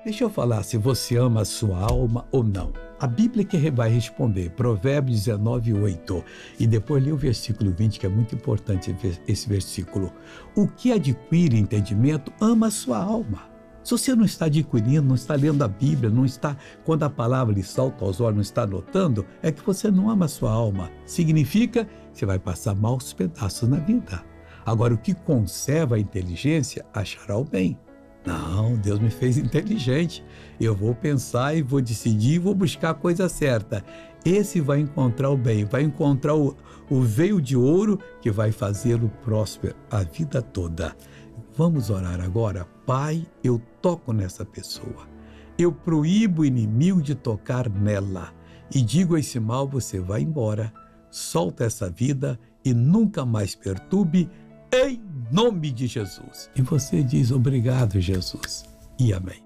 Deixa eu falar se você ama a sua alma ou não. A Bíblia que vai responder, Provérbios 19:8. E depois lê o versículo 20, que é muito importante esse versículo. O que adquire entendimento ama a sua alma. Se você não está adquirindo, não está lendo a Bíblia, não está, quando a palavra lhe salta aos olhos, não está anotando, é que você não ama a sua alma. Significa que você vai passar maus pedaços na vida. Agora, o que conserva a inteligência, achará o bem. Não, Deus me fez inteligente. Eu vou pensar e vou decidir e vou buscar a coisa certa. Esse vai encontrar o bem, vai encontrar o veio de ouro que vai fazê-lo próspero a vida toda. Vamos orar agora? Pai, eu toco nessa pessoa. Eu proíbo o inimigo de tocar nela. E digo a esse mal, você vai embora. Solta essa vida e nunca mais perturbe, em nome de Jesus. E você diz obrigado, Jesus. E amém.